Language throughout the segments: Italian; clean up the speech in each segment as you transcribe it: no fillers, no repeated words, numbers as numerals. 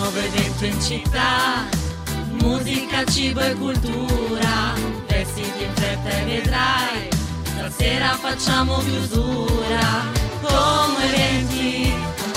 nuovo evento in città, musica, cibo e cultura, vestiti in fretta e vedrai, stasera facciamo chiusura, come eventi.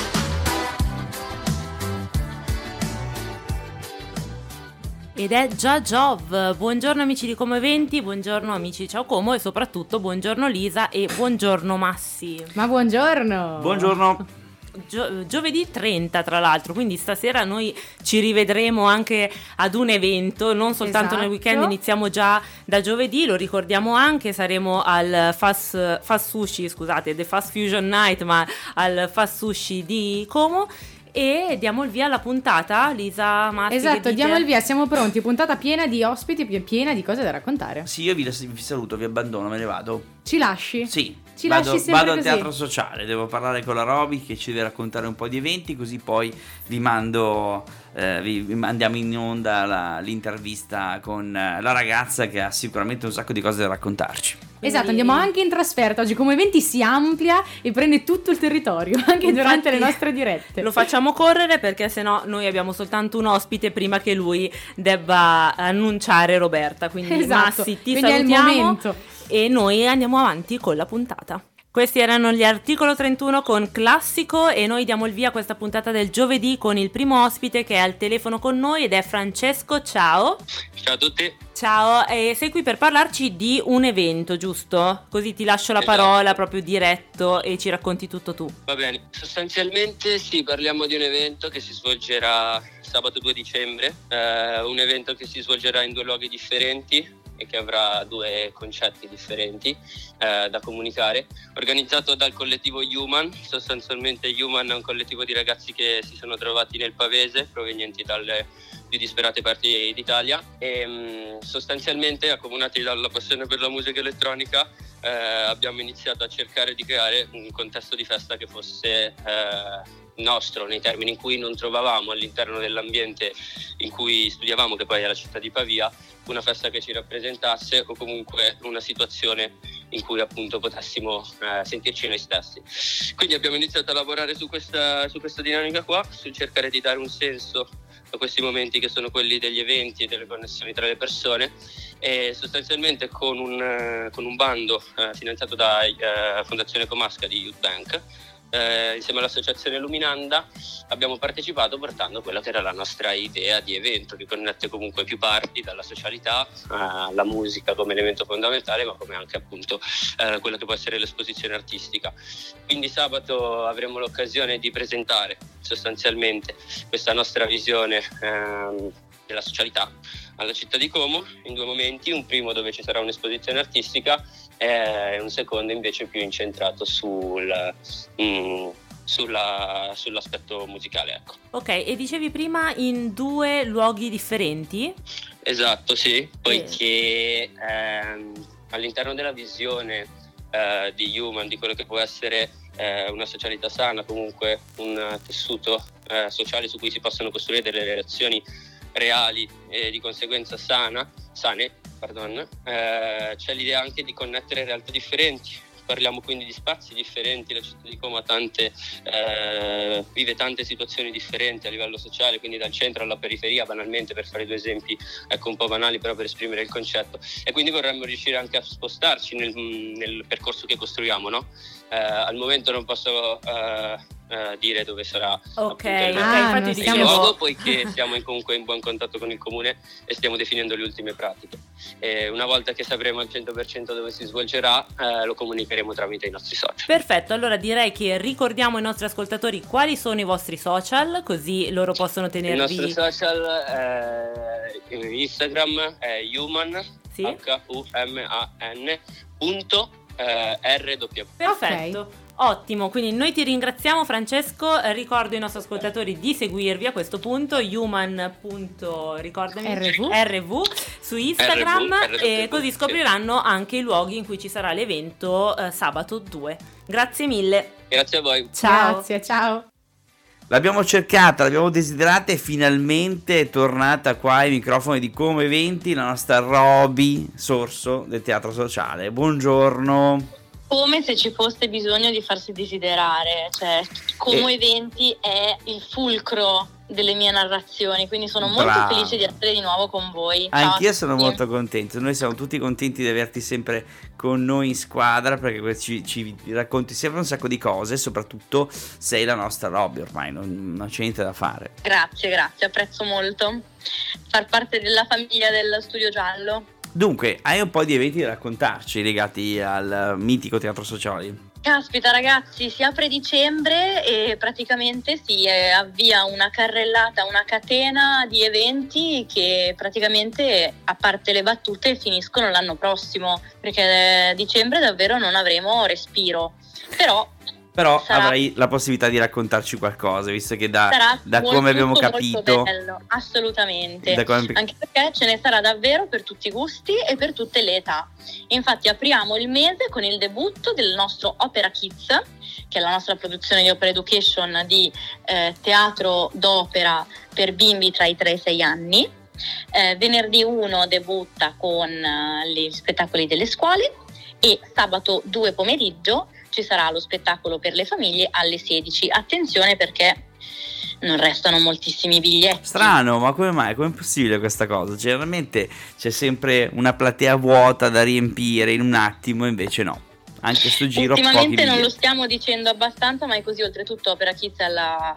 Ed è già Giov. Buongiorno amici di Como Eventi, buongiorno amici di Ciao Como e soprattutto buongiorno Lisa e buongiorno Massi. Ma buongiorno! Buongiorno! Giovedì 30 tra l'altro, quindi stasera noi ci rivedremo anche ad un evento, non soltanto nel weekend, iniziamo già da giovedì, lo ricordiamo anche, saremo al Fast Sushi, scusate, The Fast Fusion Night, ma al Fast Sushi di Como. E diamo il via alla puntata, Lisa, Massi. Esatto, diamo il via, siamo pronti, puntata piena di ospiti, piena di cose da raccontare. Sì, io vi saluto, vi abbandono, me ne vado. Ci lasci? Sì, lasci sempre vado al così. teatro sociale, devo parlare con la Roby che ci deve raccontare un po' di eventi, così poi vi mandiamo in onda l'intervista con la ragazza che ha sicuramente un sacco di cose da raccontarci. Quindi... Esatto, andiamo anche in trasferta oggi, Como Eventi si amplia e prende tutto il territorio, anche durante le nostre dirette. Lo facciamo correre perché sennò noi abbiamo soltanto un ospite prima che lui debba annunciare Roberta, quindi esatto. Massi ti quindi salutiamo è il momento. E noi andiamo avanti con la puntata. Questi erano gli Articolo 31 con Classico e noi diamo il via a questa puntata del giovedì con il primo ospite che è al telefono con noi ed è Francesco. Ciao! Ciao a tutti! Ciao, sei qui per parlarci di un evento, giusto? Così ti lascio la parola proprio diretto e ci racconti tutto tu. Va bene, sostanzialmente sì, parliamo di un evento che si svolgerà sabato 2 dicembre, un evento che si svolgerà in 2 luoghi differenti e che avrà 2 concetti differenti da comunicare, organizzato dal collettivo Human. Sostanzialmente Human è un collettivo di ragazzi che si sono trovati nel Pavese, provenienti dalle più disperate parti d'Italia e sostanzialmente accomunati dalla passione per la musica elettronica abbiamo iniziato a cercare di creare un contesto di festa che fosse nostro, nei termini in cui non trovavamo all'interno dell'ambiente in cui studiavamo, che poi è la città di Pavia, una festa che ci rappresentasse o comunque una situazione in cui appunto potessimo sentirci noi stessi. Quindi abbiamo iniziato a lavorare su questa dinamica qua, su cercare di dare un senso a questi momenti che sono quelli degli eventi e delle connessioni tra le persone, e sostanzialmente con un bando finanziato da Fondazione Comasca di Youth Bank, insieme all'associazione Luminanda abbiamo partecipato portando quella che era la nostra idea di evento che connette comunque più parti, dalla socialità alla musica come elemento fondamentale, ma come anche appunto quella che può essere l'esposizione artistica. Quindi sabato avremo l'occasione di presentare sostanzialmente questa nostra visione della socialità alla città di Como in 2 momenti, un primo dove ci sarà un'esposizione artistica e un secondo invece più incentrato sull'aspetto musicale, ecco. Ok, e dicevi prima in 2 luoghi differenti? Esatto, sì, poiché all'interno della visione di Human, di quello che può essere una socialità sana, comunque un tessuto sociale su cui si possono costruire delle relazioni reali e di conseguenza sane, c'è l'idea anche di connettere realtà differenti. Parliamo quindi di spazi differenti, la città di Como vive tante situazioni differenti a livello sociale, quindi dal centro alla periferia, banalmente, per fare 2 esempi ecco un po' banali però per esprimere il concetto, e quindi vorremmo riuscire anche a spostarci nel percorso che costruiamo, no? Al momento non posso dire dove sarà infatti il luogo, poiché siamo comunque in buon contatto con il comune e stiamo definendo le ultime pratiche, e una volta che sapremo al 100% dove si svolgerà lo comunicheremo tramite i nostri social. Perfetto, allora direi che ricordiamo ai nostri ascoltatori quali sono i vostri social, così loro possono tenervi. Il nostro social Instagram è Human, sì? HUMAN .rw. Perfetto. Okay. Ottimo, quindi noi ti ringraziamo Francesco, ricordo ai nostri ascoltatori di seguirvi a questo punto, human.rv su Instagram e così scopriranno anche i luoghi in cui ci sarà l'evento sabato 2. Grazie mille. Grazie a voi. Ciao. Grazie, ciao. L'abbiamo cercata, l'abbiamo desiderata e finalmente è tornata qua ai microfoni di Como Eventi la nostra Roby Sorso del Teatro Sociale. Buongiorno. come se ci fosse bisogno di farsi desiderare, cioè Como Eventi è il fulcro delle mie narrazioni, quindi sono molto felice di essere di nuovo con voi. Anch'io sono molto contento, noi siamo tutti contenti di averti sempre con noi in squadra, perché ci racconti sempre un sacco di cose, soprattutto sei la nostra Robby ormai, non c'è niente da fare. Grazie, apprezzo molto far parte della famiglia del Studio Giallo. Dunque, hai un po' di eventi da raccontarci legati al mitico Teatro Sociale? Caspita ragazzi, si apre dicembre e praticamente si avvia una carrellata, una catena di eventi che praticamente, a parte le battute, finiscono l'anno prossimo, perché dicembre davvero non avremo respiro. Però avrai la possibilità di raccontarci qualcosa, visto che da come abbiamo capito, molto bello, assolutamente, anche perché ce ne sarà davvero per tutti i gusti e per tutte le età. Infatti apriamo il mese con il debutto del nostro Opera Kids, che è la nostra produzione di Opera Education di teatro d'opera per bimbi tra i 3 e i 6 anni. Venerdì 1 debutta con gli spettacoli delle scuole e sabato 2 pomeriggio ci sarà lo spettacolo per le famiglie alle 16. Attenzione perché non restano moltissimi biglietti. Strano, ma come mai? Com'è possibile questa cosa? Generalmente c'è sempre una platea vuota da riempire in un attimo, invece no. Anche sto giro ultimamente non lo stiamo dicendo abbastanza, ma è così. Oltretutto Opera Kids ha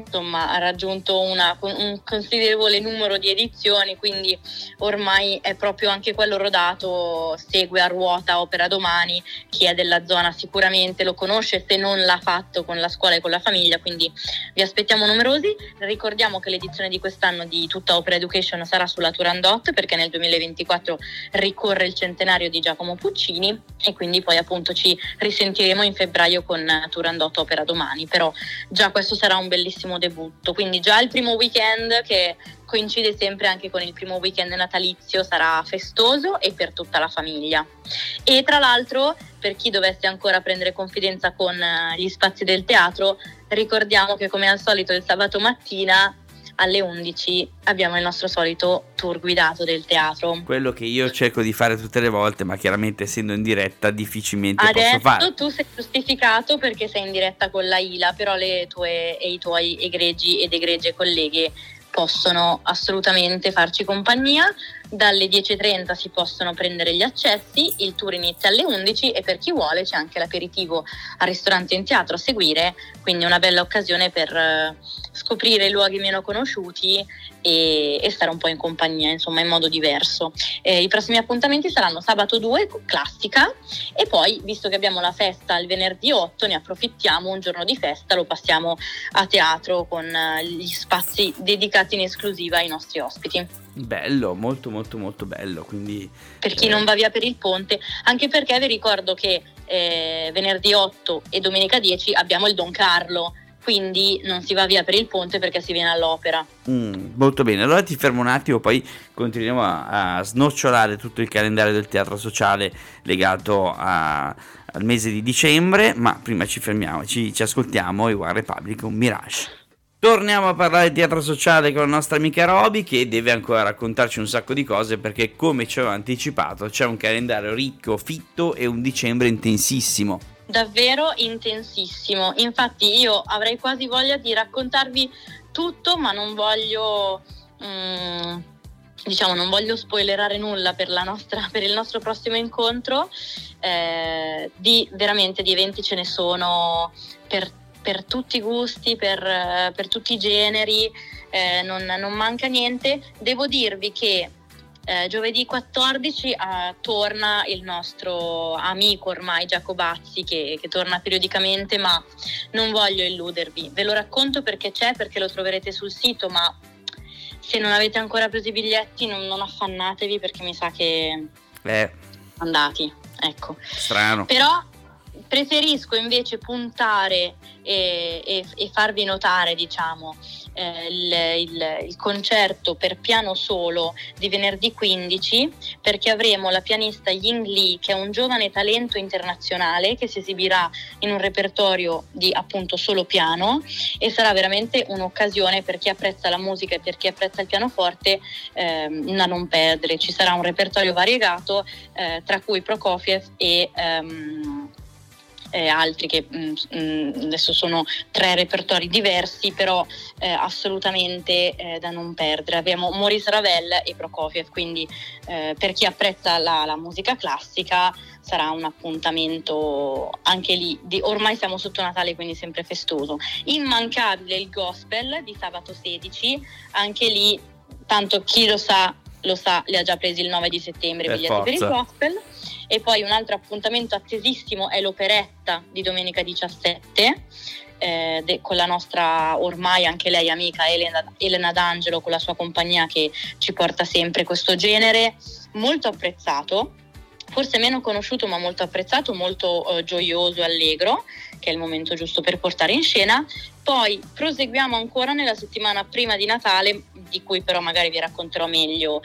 raggiunto un considerevole numero di edizioni, quindi ormai è proprio anche quello rodato. Segue a ruota Opera Domani, chi è della zona sicuramente lo conosce se non l'ha fatto con la scuola e con la famiglia, quindi vi aspettiamo numerosi. Ricordiamo che l'edizione di quest'anno di tutta Opera Education sarà sulla Turandot, perché nel 2024 ricorre il centenario di Giacomo Puccini e quindi poi appunto ci risentiremo in febbraio con Turandot Opera Domani, però già questo sarà un bellissimo debutto, quindi già il primo weekend, che coincide sempre anche con il primo weekend natalizio, sarà festoso e per tutta la famiglia. E tra l'altro, per chi dovesse ancora prendere confidenza con gli spazi del teatro, ricordiamo che come al solito il sabato mattina alle 11 abbiamo il nostro solito tour guidato del teatro. Quello che io cerco di fare tutte le volte, ma chiaramente essendo in diretta difficilmente posso fare. Adesso tu sei giustificato perché sei in diretta con la ILA, però le tue e i tuoi egregi ed egregie colleghe possono assolutamente farci compagnia. Dalle 10:30 si possono prendere gli accessi, il tour inizia alle 11 e per chi vuole c'è anche l'aperitivo al ristorante in teatro a seguire, quindi una bella occasione per scoprire luoghi meno conosciuti e stare un po' in compagnia, insomma, in modo diverso. I prossimi appuntamenti saranno sabato 2, classica, e poi, visto che abbiamo la festa il venerdì 8, ne approfittiamo, un giorno di festa lo passiamo a teatro con gli spazi dedicati in esclusiva ai nostri ospiti. Bello, molto molto molto bello, quindi per chi non va via per il ponte, anche perché vi ricordo che venerdì 8 e domenica 10 abbiamo il Don Carlo, quindi non si va via per il ponte perché si viene all'opera. Molto bene, allora ti fermo un attimo, poi continuiamo a snocciolare tutto il calendario del teatro sociale legato al mese di dicembre, ma prima ci fermiamo, ci ascoltiamo i One Republic, un Mirage. Torniamo a parlare di teatro sociale con la nostra amica Robby, che deve ancora raccontarci un sacco di cose, perché come ci avevo anticipato c'è un calendario ricco, fitto e un dicembre intensissimo. Davvero intensissimo, infatti io avrei quasi voglia di raccontarvi tutto, ma non voglio non voglio spoilerare nulla per il nostro prossimo incontro. Di eventi ce ne sono per tutti i gusti, per tutti i generi, non manca niente. Devo dirvi che giovedì 14 torna il nostro amico ormai Giacobazzi, che torna periodicamente, ma non voglio illudervi, ve lo racconto perché lo troverete sul sito, ma se non avete ancora preso i biglietti non affannatevi, perché mi sa che andati, ecco. Strano. Però preferisco invece puntare e farvi notare, il concerto per piano solo di venerdì 15, perché avremo la pianista Ying Lee, che è un giovane talento internazionale che si esibirà in un repertorio di appunto solo piano, e sarà veramente un'occasione per chi apprezza la musica e per chi apprezza il pianoforte da non perdere. Ci sarà un repertorio variegato, tra cui Prokofiev e altri che adesso sono 3 repertori diversi, però assolutamente da non perdere. Abbiamo Maurice Ravel e Prokofiev, quindi per chi apprezza la musica classica sarà un appuntamento anche lì, ormai siamo sotto Natale, quindi sempre festoso. Immancabile il gospel di sabato 16, anche lì tanto chi lo sa, li ha già presi il 9 di settembre i biglietti per il gospel. E poi un altro appuntamento attesissimo è l'operetta di domenica 17 con la nostra ormai anche lei amica Elena D'Angelo, con la sua compagnia che ci porta sempre questo genere molto apprezzato, forse meno conosciuto ma molto apprezzato, molto gioioso e allegro, che è il momento giusto per portare in scena. Poi proseguiamo ancora nella settimana prima di Natale, di cui però magari vi racconterò meglio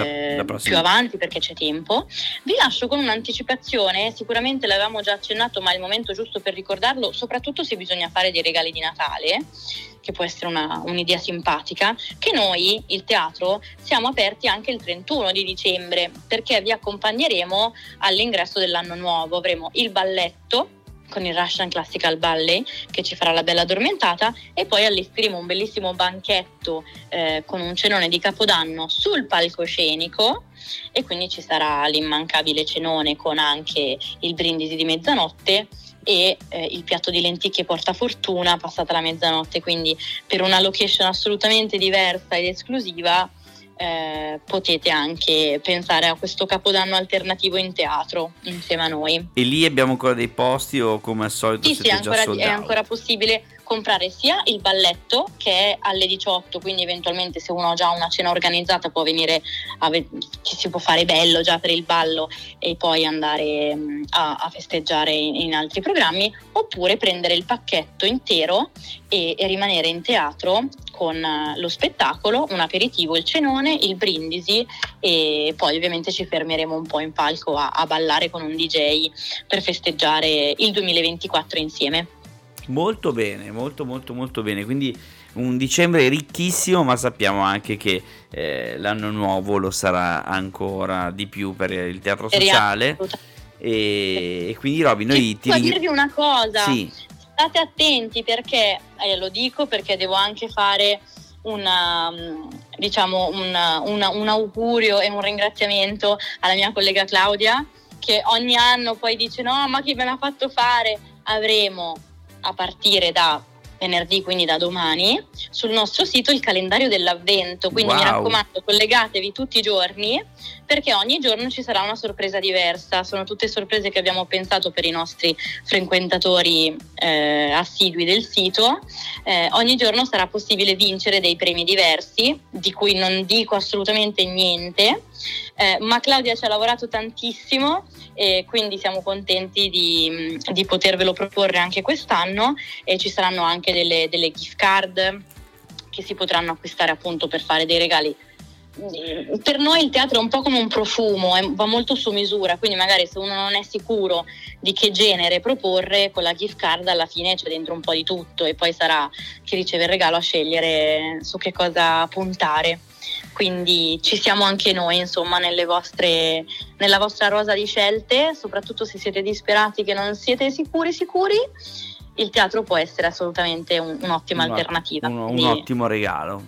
più avanti perché c'è tempo. Vi lascio con un'anticipazione, sicuramente l'avevamo già accennato, ma è il momento giusto per ricordarlo, soprattutto se bisogna fare dei regali di Natale, che può essere un'idea simpatica, che noi, il teatro, siamo aperti anche il 31 di dicembre, perché vi accompagneremo all'ingresso dell'anno nuovo. Avremo il balletto con il Russian Classical Ballet che ci farà la bella addormentata, e poi allestiremo un bellissimo banchetto con un cenone di Capodanno sul palcoscenico, e quindi ci sarà l'immancabile cenone con anche il brindisi di mezzanotte e il piatto di lenticchie porta fortuna passata la mezzanotte. Quindi per una location assolutamente diversa ed esclusiva potete anche pensare a questo Capodanno alternativo in teatro insieme a noi. E lì abbiamo ancora dei posti o come al solito siete già sold out? È ancora possibile comprare sia il balletto, che è alle 18, quindi eventualmente se uno ha già una cena organizzata può venire ci si può fare bello già per il ballo e poi andare a festeggiare in altri programmi, oppure prendere il pacchetto intero e rimanere in teatro con lo spettacolo, un aperitivo, il cenone, il brindisi, e poi ovviamente ci fermeremo un po' in palco a ballare con un DJ per festeggiare il 2024 insieme. Molto bene, molto molto molto bene, quindi un dicembre ricchissimo, ma sappiamo anche che l'anno nuovo lo sarà ancora di più per il teatro sociale, e quindi Roby, noi ti dirvi una cosa, sì. State attenti perché, lo dico perché devo anche fare un augurio e un ringraziamento alla mia collega Claudia, che ogni anno poi dice no, ma chi me l'ha fatto fare? Avremo a partire da venerdì, quindi da domani, sul nostro sito il calendario dell'avvento, quindi mi raccomando, collegatevi tutti i giorni, perché ogni giorno ci sarà una sorpresa diversa. Sono tutte sorprese che abbiamo pensato per i nostri frequentatori assidui del sito. Ogni giorno sarà possibile vincere dei premi diversi, di cui non dico assolutamente niente, ma Claudia ci ha lavorato tantissimo e quindi siamo contenti di potervelo proporre anche quest'anno, e ci saranno anche delle gift card che si potranno acquistare appunto per fare dei regali. Per noi il teatro è un po' come un profumo, va molto su misura, quindi magari se uno non è sicuro di che genere proporre, con la gift card alla fine c'è dentro un po' di tutto, e poi sarà chi riceve il regalo a scegliere su che cosa puntare. Quindi ci siamo anche noi, insomma, nella vostra rosa di scelte, soprattutto se siete disperati che non siete sicuri, il teatro può essere assolutamente un'ottima alternativa. Un ottimo regalo.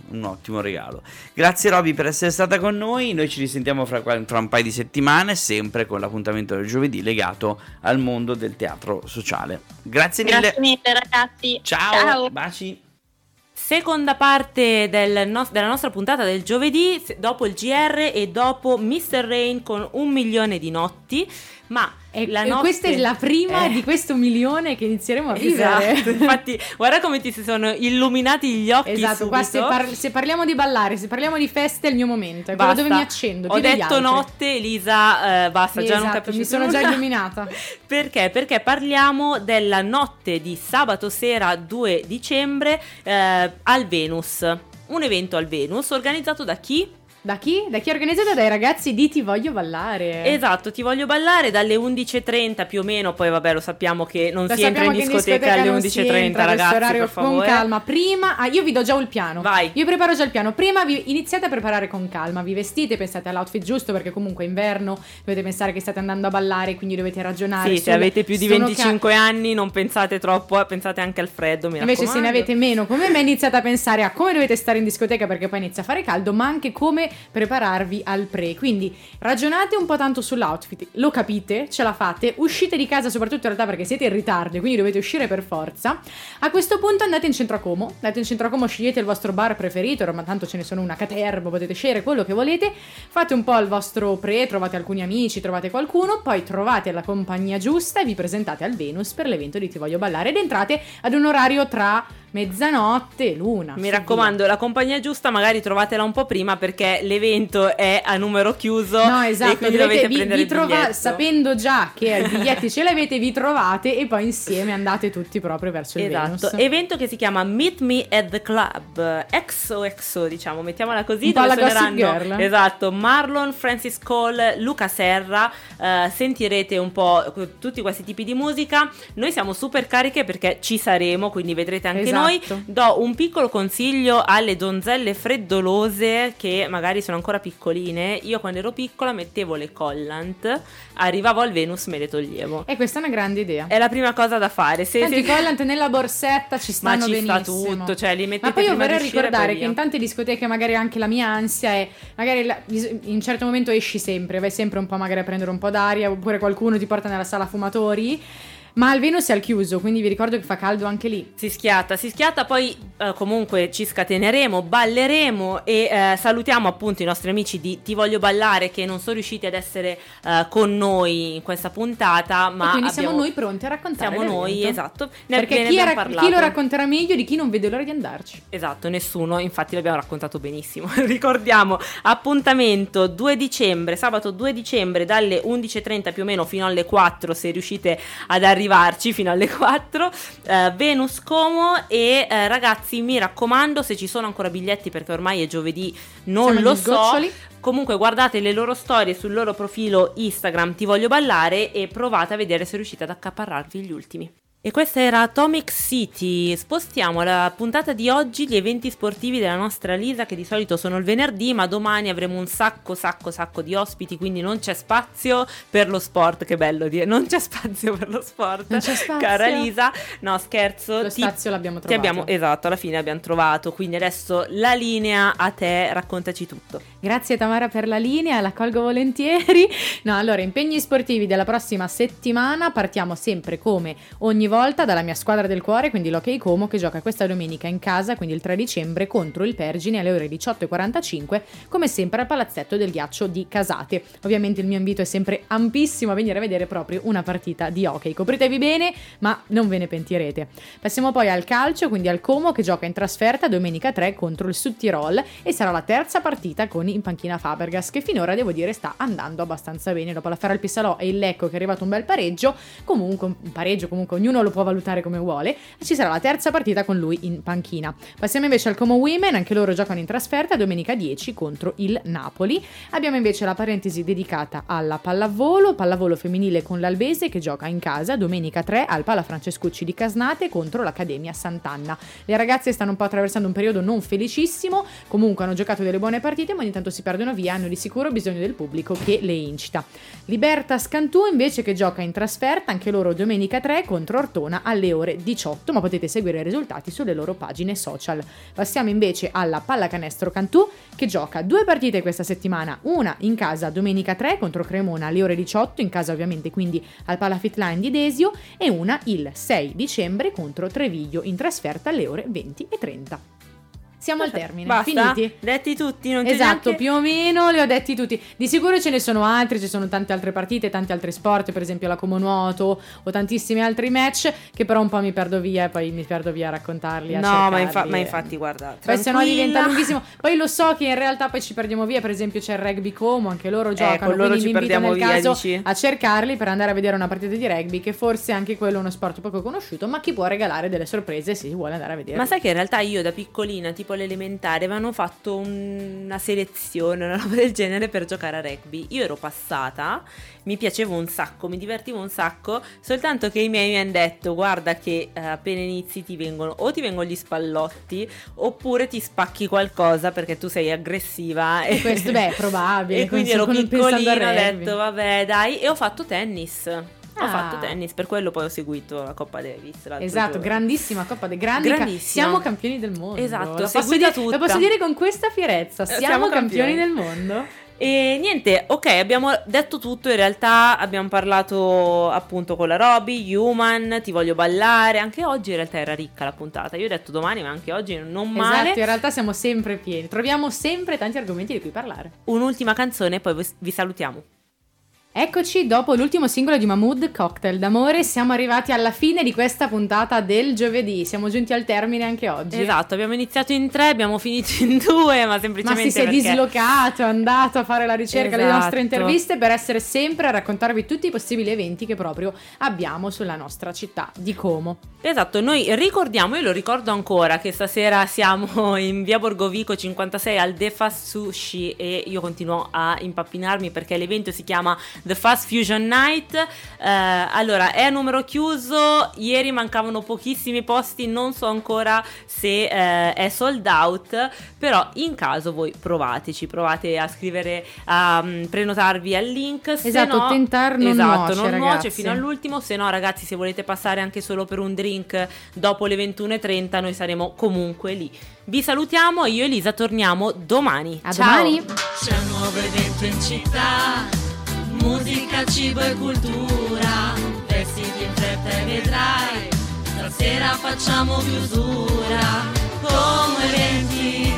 Grazie Roby per essere stata con noi. Noi ci risentiamo fra un paio di settimane, sempre con l'appuntamento del giovedì legato al mondo del teatro sociale. Grazie mille ragazzi. Ciao. Baci. Seconda parte della nostra puntata del giovedì, dopo il GR e dopo Mr. Rain con 1 milione di notti. Ma questa è la prima di questo 1 milione che inizieremo a vivere. Esatto, infatti guarda come ti si sono illuminati gli occhi. Esatto, qua se parliamo di ballare, se parliamo di feste è il mio momento, è quello dove mi accendo. Ho detto notte, Elisa, basta, già non capisci. Mi sono già illuminata. Perché? Perché parliamo della notte di sabato sera 2 dicembre al Venus. Un evento al Venus organizzato da chi? Da chi? Da chi è organizzata? Dai ragazzi di Ti Voglio Ballare. Esatto, Ti Voglio Ballare dalle 11:30 più o meno, poi vabbè lo sappiamo che non si entra in discoteca alle 11:30, ragazzi, orario, per favore. con calma. Prima, io vi do già il piano. Vai. Io preparo già il piano. Prima iniziate a preparare con calma, vi vestite, pensate all'outfit giusto perché comunque è inverno, dovete pensare che state andando a ballare, quindi dovete ragionare. Sì, se avete più di 25 anni non pensate troppo, pensate anche al freddo, mi Invece raccomando. se ne avete meno come me, iniziate a pensare a come dovete stare in discoteca perché poi inizia a fare caldo, ma anche come prepararvi al pre. Quindi ragionate un po' tanto sull'outfit, lo capite, ce la fate, uscite di casa soprattutto in realtà perché siete in ritardo, quindi dovete uscire per forza. A questo punto andate in centro a Como, scegliete il vostro bar preferito, ma tanto ce ne sono una caterva, potete scegliere quello che volete, fate un po' il vostro pre, trovate alcuni amici, trovate qualcuno, poi trovate la compagnia giusta e vi presentate al Venus per l'evento di Ti Voglio Ballare ed entrate ad un orario tra mezzanotte e l'una. Mi raccomando, la compagnia giusta magari trovatela un po' prima perché l'evento è a numero chiuso. No, esatto, e quindi dovete prendere il biglietto. sapendo già che i biglietti ce l'avete, vi trovate e poi insieme andate tutti proprio verso il Venus. Esatto, evento che si chiama Meet Me at the Club, XOXO, diciamo, mettiamola così, un po' dove alla Gossip suoneranno, Girl. esatto, Marlon, Francis Cole, Luca Serra, sentirete un po' tutti questi tipi di musica. Noi siamo super cariche perché ci saremo, quindi vedrete anche Esatto. noi. Do un piccolo consiglio alle donzelle freddolose che magari sono ancora piccoline. Io quando ero piccola mettevo le collant, arrivavo al Venus, me le toglievo. E questa è una grande idea. È la prima cosa da fare. Tanto i collant nella borsetta ci stanno ma ci benissimo. sta tutto, cioè li mettete ma poi io prima di vorrei uscire, ricordare poi che via. in tante discoteche magari anche la mia ansia è magari in un certo momento esci sempre, vai sempre un po' magari a prendere un po' d'aria, oppure qualcuno ti porta nella sala fumatori. Ma al Venus è al chiuso, quindi vi ricordo che fa caldo anche lì. Si schiatta, poi comunque ci scateneremo, balleremo e salutiamo appunto i nostri amici di Ti Voglio Ballare che non sono riusciti ad essere con noi in questa puntata, ma e quindi siamo noi pronti a raccontare siamo noi, l'evento. esatto. Perché chi lo racconterà meglio di chi non vede l'ora di andarci. Esatto, nessuno, infatti l'abbiamo raccontato benissimo. Ricordiamo, appuntamento 2 dicembre, sabato 2 dicembre dalle 11:30 più o meno fino alle 4 se riuscite ad arrivarci fino alle 4, Venus Como e ragazzi mi raccomando, se ci sono ancora biglietti perché ormai è giovedì, non Siamo lo agli so, sgoccioli. comunque guardate le loro storie sul loro profilo Instagram Ti Voglio Ballare e provate a vedere se riuscite ad accaparrarvi gli ultimi. E questa era Atomic City. Spostiamo la puntata di oggi, gli eventi sportivi della nostra Lisa che di solito sono il venerdì, ma domani avremo un sacco di ospiti, quindi non c'è spazio per lo sport. Che bello dire, non c'è spazio per lo sport, Non c'è spazio. cara Lisa. No, scherzo. Lo spazio l'abbiamo trovato. Esatto, alla fine abbiamo trovato, quindi adesso la linea a te, raccontaci tutto. Grazie Tamara per la linea, la colgo volentieri. No, allora, impegni sportivi della prossima settimana, partiamo sempre come ogni volta dalla mia squadra del cuore, quindi l'Hockey Como, che gioca questa domenica in casa, quindi il 3 dicembre, contro il Pergine alle ore 18:45, come sempre al Palazzetto del Ghiaccio di Casate. Ovviamente il mio invito è sempre ampissimo a venire a vedere proprio una partita di hockey. Copritevi bene, ma non ve ne pentirete. Passiamo poi al calcio, quindi al Como, che gioca in trasferta domenica 3 contro il Südtirol e sarà la terza partita con in panchina Fabregas, che finora devo dire sta andando abbastanza bene dopo la Ferral Pissalò e il Lecco che è arrivato un bel pareggio. Comunque un pareggio, comunque ognuno lo può valutare come vuole. Ci sarà la terza partita con lui in panchina. Passiamo invece al Como Women, anche loro giocano in trasferta domenica 10 contro il Napoli. Abbiamo invece la parentesi dedicata alla pallavolo femminile con l'Albese che gioca in casa domenica 3 al Pala Francescucci di Casnate contro l'Accademia Sant'Anna. Le ragazze stanno un po' attraversando un periodo non felicissimo, comunque hanno giocato delle buone partite ma ogni tanto si perdono via, hanno di sicuro bisogno del pubblico che le incita. Libertas Cantù invece che gioca in trasferta anche loro domenica 3 contro Ortona alle ore 18, ma potete seguire i risultati sulle loro pagine social. Passiamo invece alla Pallacanestro Cantù che gioca 2 partite questa settimana, una in casa domenica 3 contro Cremona alle ore 18, in casa ovviamente quindi al Palafit Line di Desio, e una il 6 dicembre contro Treviglio in trasferta alle ore 20:30. Siamo al termine, Basta? finiti? Detti tutti, non c'è Esatto, neanche... più o meno li ho detti tutti. Di sicuro ce ne sono altri, ci sono tante altre partite, tanti altri sport, per esempio la Como Nuoto o tantissimi altri match che però un po' mi perdo via e poi mi perdo via a raccontarli, a No, cercarli, ma infatti guarda, poi se no tranquilla. diventa lunghissimo. Poi lo so che in realtà poi ci perdiamo via, per esempio c'è il Rugby Como, anche loro giocano, con loro quindi ci vi invito perdiamo nel via, caso dici? a cercarli per andare a vedere una partita di rugby, che forse anche quello è uno sport poco conosciuto, ma chi può regalare delle sorprese se si vuole andare a vedere. Ma sai che in realtà io da piccolina, tipo alle elementari avevano fatto una selezione, una roba del genere per giocare a rugby. Io ero passata, mi piaceva un sacco, mi divertivo un sacco, soltanto che i miei mi hanno detto: guarda che appena inizi ti vengono gli spallotti oppure ti spacchi qualcosa perché tu sei aggressiva. E questo è probabile. E quindi ero piccolina, ho detto vabbè dai, e ho fatto tennis. Ho fatto tennis, per quello poi ho seguito la Coppa Davis. Esatto, giorno. Grandissima Coppa dei Grandi. Siamo campioni del mondo. Esatto, lo posso dire con questa fierezza. Siamo campioni del mondo. E niente, ok, abbiamo detto tutto. In realtà abbiamo parlato appunto con la Roby, Human, Ti voglio ballare. Anche oggi in realtà era ricca la puntata. Io ho detto domani, ma anche oggi non male. Esatto, in realtà siamo sempre pieni. Troviamo sempre tanti argomenti di cui parlare. Un'ultima canzone e poi vi salutiamo. Eccoci, dopo l'ultimo singolo di Mahmood, Cocktail d'amore, siamo arrivati alla fine di questa puntata del giovedì. Siamo giunti al termine anche oggi. Esatto, abbiamo iniziato in 3, abbiamo finito in 2, ma semplicemente si è dislocato, è andato a fare la ricerca delle nostre Esatto. interviste per essere sempre a raccontarvi tutti i possibili eventi che proprio abbiamo sulla nostra città di Como. Esatto, noi ricordiamo, io lo ricordo ancora, che stasera siamo in via Borgovico 56 al The Fast Sushi e io continuo a impappinarmi perché l'evento si chiama The Fast Fusion Night. Allora, è a numero chiuso, ieri mancavano pochissimi posti, non so ancora se è sold out, però in caso voi provate a scrivere, a prenotarvi al link. Se esatto, no, tentar non esatto, nuoce, non ragazzi. nuoce fino all'ultimo. Se no ragazzi, se volete passare anche solo per un drink dopo le 21:30, noi saremo comunque lì. Vi salutiamo, io e Elisa torniamo domani. A Ciao. domani. C'è un nuovo evento in città, musica, cibo e cultura, vestiti in fretta e vedrai, stasera facciamo chiusura, come eventi